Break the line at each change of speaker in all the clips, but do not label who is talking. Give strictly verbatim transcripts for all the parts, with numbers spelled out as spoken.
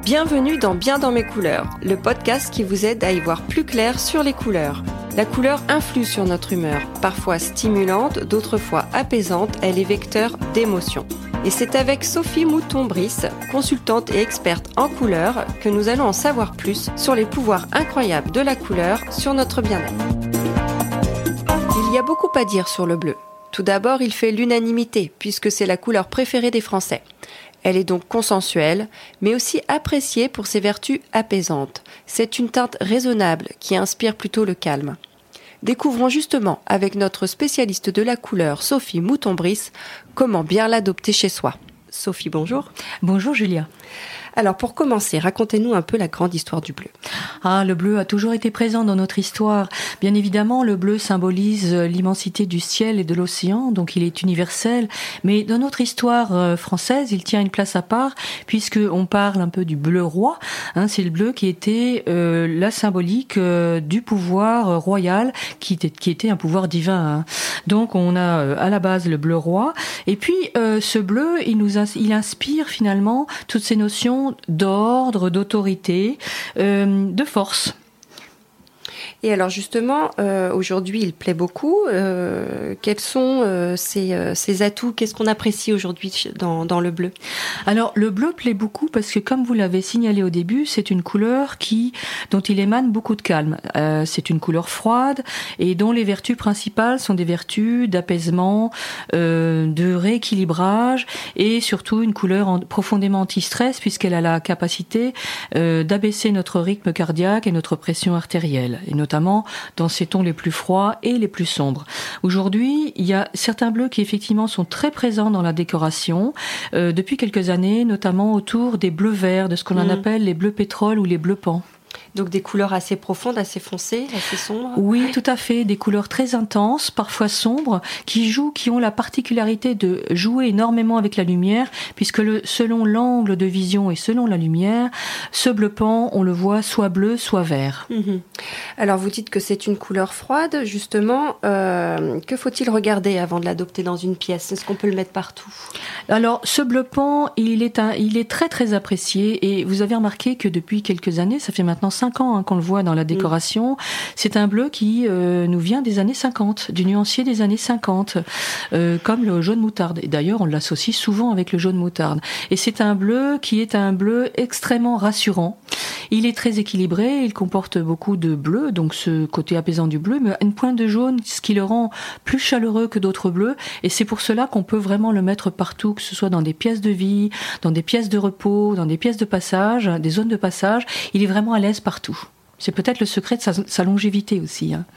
Bienvenue dans Bien dans mes couleurs, le podcast qui vous aide à y voir plus clair sur les couleurs. La couleur influe sur notre humeur, parfois stimulante, d'autres fois apaisante, elle est vecteur d'émotions. Et c'est avec Sophie Mouton-Brice, consultante et experte en couleurs, que nous allons en savoir plus sur les pouvoirs incroyables de la couleur sur notre bien-être. Il y a beaucoup à dire sur le bleu. Tout d'abord, il fait l'unanimité, puisque c'est la couleur préférée des Français. Elle est donc consensuelle, mais aussi appréciée pour ses vertus apaisantes. C'est une teinte raisonnable qui inspire plutôt le calme. Découvrons justement avec notre spécialiste de la couleur, Sophie Mouton-Brice, comment bien l'adopter chez soi. Sophie, bonjour.
Bonjour Julia.
Alors pour commencer, racontez-nous un peu la grande histoire du bleu.
Ah, le bleu a toujours été présent dans notre histoire. Bien évidemment, le bleu symbolise l'immensité du ciel et de l'océan, donc il est universel. Mais dans notre histoire française, il tient une place à part, puisque on parle un peu du bleu roi. Hein, c'est le bleu qui était euh, la symbolique euh, du pouvoir royal, qui était, qui était un pouvoir divin. Hein. Donc on a euh, à la base le bleu roi. Et puis euh, ce bleu, il nous ins- il inspire finalement toutes ces notions d'ordre, d'autorité, euh, de force.
Et alors justement, euh, aujourd'hui, il plaît beaucoup. Euh, quels sont euh, ses, euh, ses atouts? Qu'est-ce qu'on apprécie aujourd'hui dans, dans le bleu?
Alors, le bleu plaît beaucoup parce que, comme vous l'avez signalé au début, c'est une couleur qui, dont il émane beaucoup de calme. Euh, c'est une couleur froide et dont les vertus principales sont des vertus d'apaisement, euh, de rééquilibrage et surtout une couleur en, profondément anti-stress puisqu'elle a la capacité euh, d'abaisser notre rythme cardiaque et notre pression artérielle. Et notamment dans ces tons les plus froids et les plus sombres. Aujourd'hui, il y a certains bleus qui effectivement sont très présents dans la décoration euh, depuis quelques années, notamment autour des bleus verts, de ce qu'on mmh. en appelle les bleus pétrole ou les bleus pan.
Donc des couleurs assez profondes, assez foncées, assez sombres.
Oui, tout à fait. Des couleurs très intenses, parfois sombres, qui jouent, qui ont la particularité de jouer énormément avec la lumière, puisque le, selon l'angle de vision et selon la lumière, ce bleu pan, on le voit soit bleu, soit vert.
Mmh. Alors vous dites que c'est une couleur froide, justement. Euh, que faut-il regarder avant de l'adopter dans une pièce? Est-ce qu'on peut le mettre partout?
Alors, ce bleu pan, il est, un, il est très très apprécié, et vous avez remarqué que depuis quelques années, ça fait maintenant cinq ans hein, qu'on le voit dans la décoration. Mmh. C'est un bleu qui euh, nous vient des années cinquante, du nuancier des années cinquante, euh, comme le jaune moutarde. Et d'ailleurs, on l'associe souvent avec le jaune moutarde. Et c'est un bleu qui est un bleu extrêmement rassurant. Il est très équilibré, il comporte beaucoup de bleu, donc ce côté apaisant du bleu, mais une pointe de jaune, ce qui le rend plus chaleureux que d'autres bleus. Et c'est pour cela qu'on peut vraiment le mettre partout, que ce soit dans des pièces de vie, dans des pièces de repos, dans des pièces de passage, des zones de passage. Il est vraiment à l'aise partout. C'est peut-être le secret de sa, sa longévité aussi. Hein.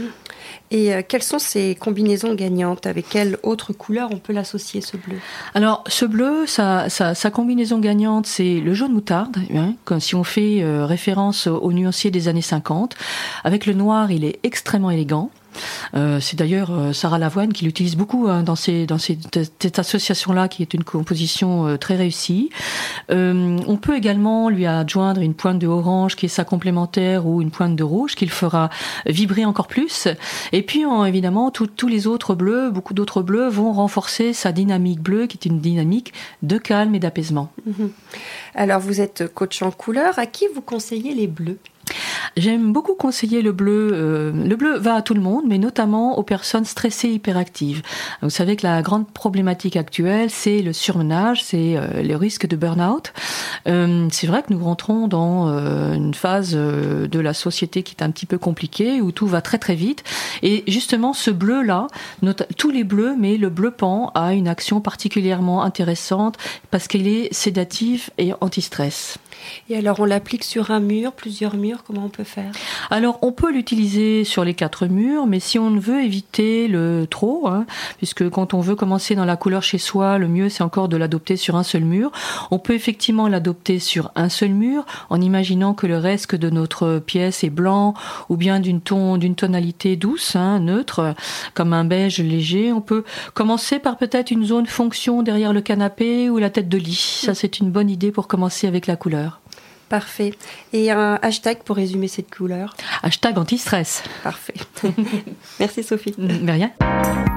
Et euh, quelles sont ces combinaisons gagnantes? Avec quelle autre couleur on peut l'associer, ce bleu?
Alors, ce bleu, sa, sa, sa combinaison gagnante, c'est le jaune moutarde. Hein, comme si on fait euh, référence au, au nuancier des années cinquante. Avec le noir, il est extrêmement élégant. Euh, c'est d'ailleurs euh, Sarah Lavoine qui l'utilise beaucoup hein, dans, ces, dans ces, cette association-là qui est une composition euh, très réussie. Euh, on peut également lui adjoindre une pointe de orange qui est sa complémentaire ou une pointe de rouge qui le fera vibrer encore plus. Et puis en, évidemment tous les autres bleus, beaucoup d'autres bleus vont renforcer sa dynamique bleue qui est une dynamique de calme et d'apaisement.
Mmh. Alors vous êtes coach en couleur, à qui vous conseillez les bleus?
J'aime beaucoup conseiller le bleu. Euh, le bleu va à tout le monde, mais notamment aux personnes stressées et hyperactives. Vous savez que la grande problématique actuelle, c'est le surmenage, c'est euh, le risque de burn-out. Euh, c'est vrai que nous rentrons dans euh, une phase euh, de la société qui est un petit peu compliquée, où tout va très très vite. Et justement, ce bleu-là, not- tous les bleus, mais le bleu pan a une action particulièrement intéressante parce qu'il est sédatif et anti-stress.
Et alors, on l'applique sur un mur, plusieurs murs, comment on peut faire?
Alors, on peut l'utiliser sur les quatre murs, mais si on veut éviter le trop, hein, puisque quand on veut commencer dans la couleur chez soi, le mieux c'est encore de l'adopter sur un seul mur. On peut effectivement l'adopter sur un seul mur, en imaginant que le reste de notre pièce est blanc, ou bien d'une ton, d'une tonalité douce, hein, neutre, comme un beige léger. On peut commencer par peut-être une zone fonction derrière le canapé ou la tête de lit. Ça, c'est une bonne idée pour commencer avec la couleur.
Parfait. Et un hashtag pour résumer cette couleur?
Hashtag anti-stress.
Parfait. Merci Sophie.
De rien.